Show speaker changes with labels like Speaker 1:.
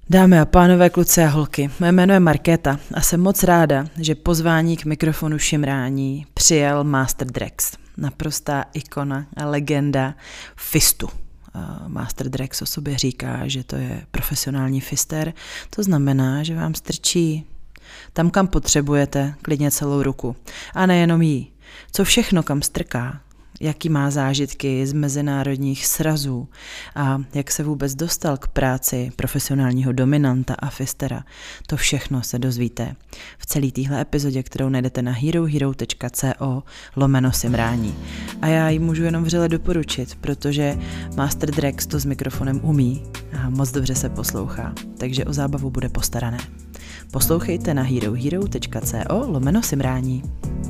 Speaker 1: Dámy a pánové, kluci a holky, moje jméno je Markéta a jsem moc ráda, že pozvání k mikrofonu šimrání přijal Master Drex, naprostá ikona a legenda fistu. Master Drex o sobě říká, že to je profesionální fister, to znamená, že vám strčí tam, kam potřebujete, klidně celou ruku. A nejenom jí. Co všechno kam strká, jaký má zážitky z mezinárodních srazů a jak se vůbec dostal k práci profesionálního dominanta a fistera, to všechno se dozvíte v celé téhle epizodě, kterou najdete na herohero.co/simrání. A já ji můžu jenom vřele doporučit, protože Master Drex to s mikrofonem umí a moc dobře se poslouchá, takže o zábavu bude postarané. Poslouchejte na herohero.co/simrání.